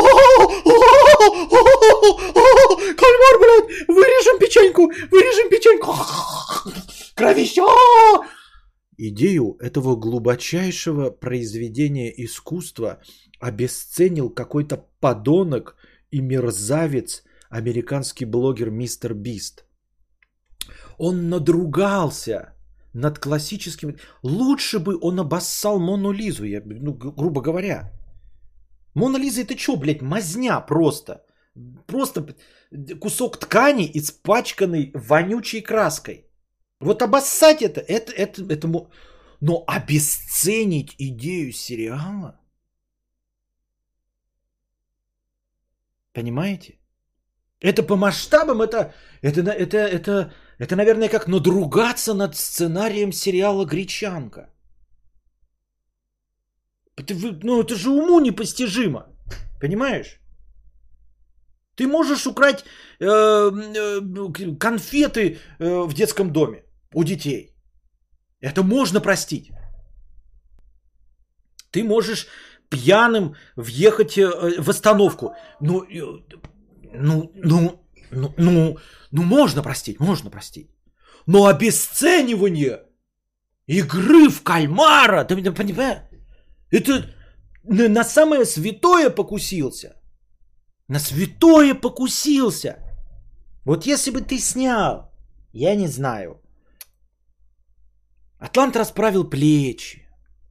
Кальмар, блядь, вырежем печеньку, вырежем печеньку. Кровища. Идею этого глубочайшего произведения искусства обесценил какой-то подонок и мерзавец, американский блогер мистер Бист. Он надругался над классическими... Лучше бы он обоссал Мону Лизу, я, ну, грубо говоря. Мона Лиза это что, блядь, мазня просто. Просто кусок ткани, испачканный вонючей краской. Вот обоссать это, это, это, это... Но обесценить идею сериала? Понимаете? Это по масштабам, это, это, это, это, это, наверное, как надругаться над сценарием сериала «Гречанка». Это, ну, это же уму непостижимо. Понимаешь? Ты можешь украть э, э, конфеты э, в детском доме у детей. Это можно простить. Ты можешь пьяным въехать э, в остановку. Ну, э, ну, ну, ну, ну, ну, можно простить, можно простить. Но обесценивание игры в кальмара, ты понимаешь? Это на самое святое покусился. На святое покусился. Вот если бы ты снял, я не знаю. Атлант расправил плечи.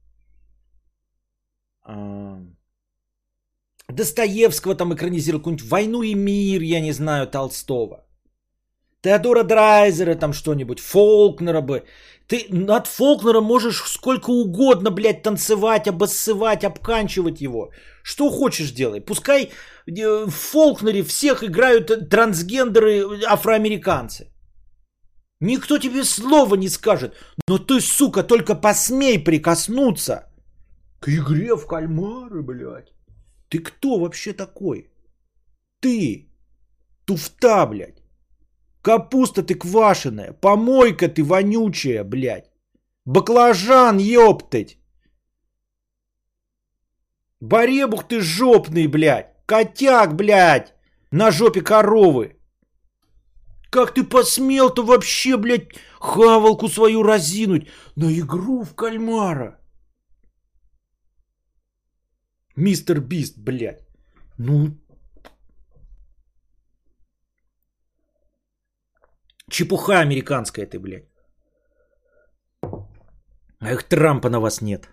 Достоевского там экранизировал, какую-нибудь «Войну и мир», я не знаю, Толстого. Теодора Драйзера там что-нибудь, Фолкнера бы. Ты над Фолкнером можешь сколько угодно, блядь, танцевать, обоссывать, обканчивать его. Что хочешь делай. Пускай в Фолкнере всех играют трансгендеры афроамериканцы. Никто тебе слова не скажет. Но ты, сука, только посмей прикоснуться к игре в кальмары, блядь. Ты кто вообще такой? Ты, туфта, блядь. Капуста ты квашеная, помойка ты вонючая, блядь. Баклажан, ёптать. Баребух ты жопный, блядь. Котяк, блядь, на жопе коровы. Как ты посмел-то вообще, блядь, хавалку свою разинуть на игру в кальмара? Мистер Бист, блядь. Ну... Чепуха американская ты, блядь. Эх, Трампа на вас нет.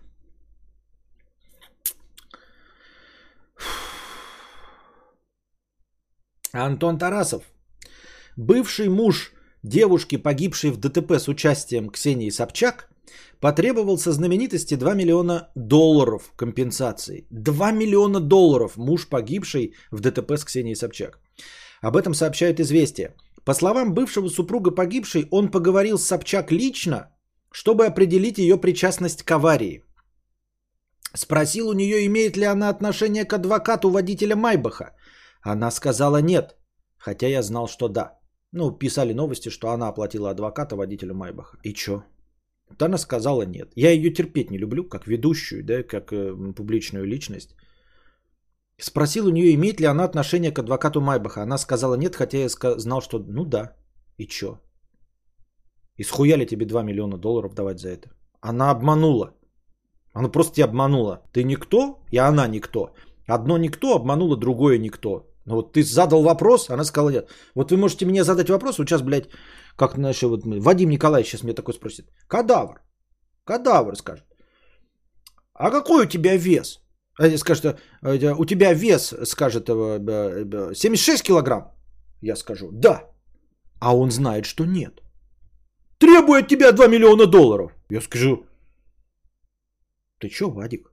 Антон Тарасов. Бывший муж девушки, погибшей в ДТП с участием Ксении Собчак, потребовал со знаменитости два миллиона долларов компенсации. два миллиона долларов муж, погибший в ДТП с Ксенией Собчак. Об этом сообщает «Известия». По словам бывшего супруга погибшей, он поговорил с Собчак лично, чтобы определить ее причастность к аварии. Спросил у нее, имеет ли она отношение к адвокату водителя Майбаха. Она сказала нет, хотя я знал, что да. Ну, писали новости, что она оплатила адвоката водителю Майбаха. И чё? Вот она сказала нет. Я ее терпеть не люблю, как ведущую, да, как э, публичную личность. Спросил у нее, имеет ли она отношение к адвокату Майбаха. Она сказала нет, хотя я знал, что ну да. И чё? И схуяли тебе два миллиона долларов давать за это? Она обманула. Она просто тебя обманула. Ты никто, и она никто. Одно никто обмануло, другое никто. Но вот ты задал вопрос, она сказала нет. Вот вы можете мне задать вопрос, вот сейчас, блядь, как наше, вот, Вадим Николаевич сейчас меня такой спросит. Кадавр. Кадавр скажет. А какой у тебя вес? Скажет, у тебя вес, скажет, семьдесят шесть килограмм. Я скажу, да. А он знает, что нет. Требует от тебя два миллиона долларов. Я скажу, ты чё, Вадик?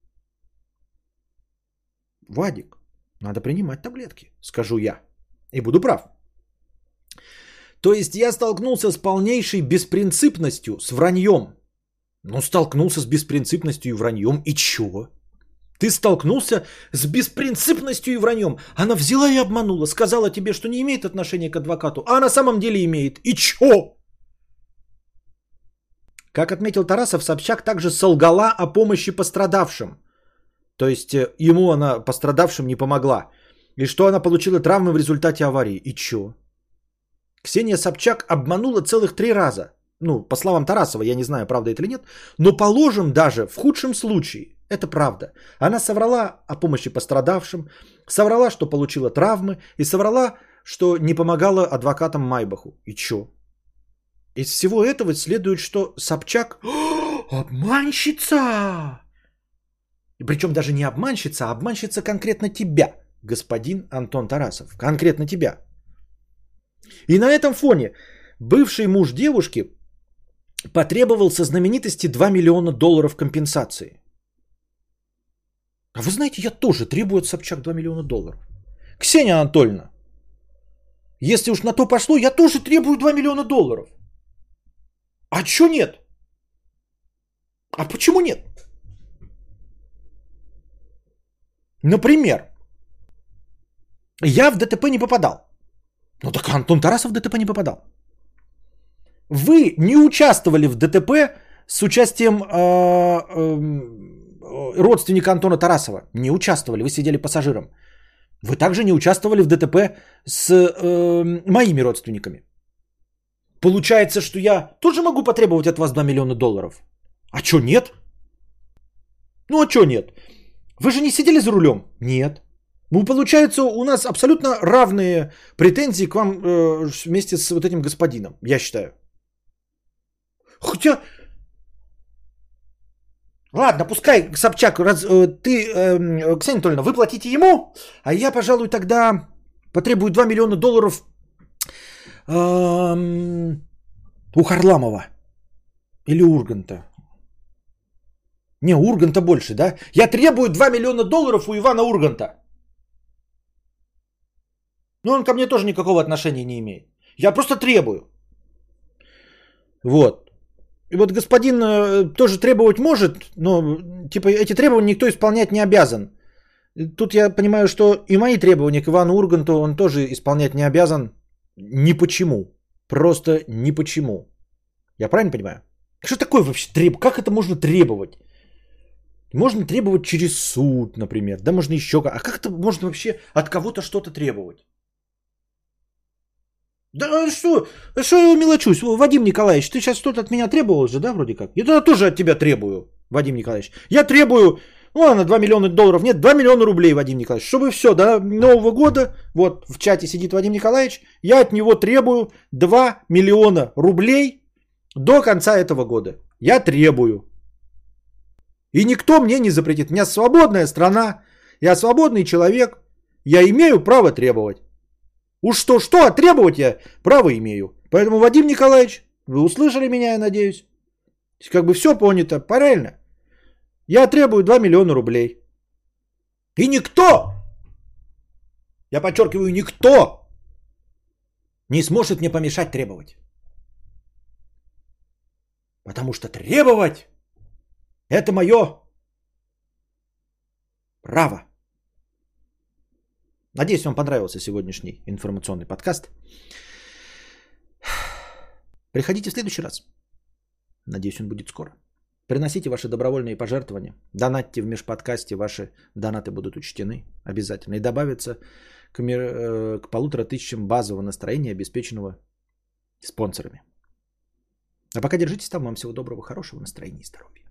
Вадик, надо принимать таблетки, скажу я. И буду прав. То есть я столкнулся с полнейшей беспринципностью, с враньем. Ну, столкнулся с беспринципностью и враньем. И чё? Ты столкнулся с беспринципностью и враньем. Она взяла и обманула, сказала тебе, что не имеет отношения к адвокату, а на самом деле имеет. И чё? Как отметил Тарасов, Собчак также солгала о помощи пострадавшим. То есть ему она, пострадавшим, не помогла. И что она получила травмы в результате аварии. И чё? Ксения Собчак обманула целых три раза. Ну, по словам Тарасова, я не знаю, правда это или нет. Но положим даже, в худшем случае, это правда. Она соврала о помощи пострадавшим, соврала, что получила травмы, и соврала, что не помогала адвокатам Майбаху. И чё? Из всего этого следует, что Собчак обманщица. Причем даже не обманщица, а обманщица конкретно тебя, господин Антон Тарасов. Конкретно тебя. И на этом фоне бывший муж девушки потребовал со знаменитости два миллиона долларов компенсации. А вы знаете, я тоже требую от Собчак два миллиона долларов. Ксения Анатольевна, если уж на то пошло, я тоже требую два миллиона долларов. А чё нет? А почему нет? Например, я в ДТП не попадал. Ну так Антон Тарасов в ДТП не попадал. Вы не участвовали в ДТП с участием э, э, родственника Антона Тарасова. Не участвовали, вы сидели пассажиром. Вы также не участвовали в ДТП с э, моими родственниками. Получается, что я тоже могу потребовать от вас два миллиона долларов. А чё нет? Ну а чё нет? Вы же не сидели за рулем? Нет. Ну, получается, у нас абсолютно равные претензии к вам э, вместе с вот этим господином, я считаю. Хотя... Ладно, пускай, Собчак, раз, э, ты, э, Ксения Анатольевна, вы платите ему, а я, пожалуй, тогда потребую два миллиона долларов э, у Харламова или Урганта. Не, Урганта больше, да? Я требую два миллиона долларов у Ивана Урганта. Но он ко мне тоже никакого отношения не имеет. Я просто требую. Вот. И вот господин э, тоже требовать может, но типа эти требования никто исполнять не обязан. Тут я понимаю, что и мои требования к Ивану Урганту он тоже исполнять не обязан. Ни почему. Просто ни почему. Я правильно понимаю? Что такое вообще требовать? Как это можно требовать? Можно требовать через суд, например. Да, можно еще как. А как это можно вообще от кого-то что-то требовать? Да что? Что я мелочусь? Вадим Николаевич, ты сейчас что-то от меня требовал же, да, вроде как? Я тогда тоже от тебя требую, Вадим Николаевич. Я требую, ну ладно, два миллиона долларов, нет, два миллиона рублей, Вадим Николаевич. Чтобы все, до Нового года, вот в чате сидит Вадим Николаевич, я от него требую два миллиона рублей до конца этого года. Я требую. И никто мне не запретит. У меня свободная страна, я свободный человек, я имею право требовать. Уж что-что, а требовать я право имею. Поэтому, Вадим Николаевич, вы услышали меня, я надеюсь. Как бы все понято, правильно? Я требую два миллиона рублей. И никто, я подчеркиваю, никто не сможет мне помешать требовать. Потому что требовать — это мое право. Надеюсь, вам понравился сегодняшний информационный подкаст. Приходите в следующий раз. Надеюсь, он будет скоро. Приносите ваши добровольные пожертвования. Донатьте в межподкасте, ваши донаты будут учтены обязательно. И добавятся к, мир, э, к полутора тысячам базового настроения, обеспеченного спонсорами. А пока держитесь там. Вам всего доброго, хорошего настроения и здоровья.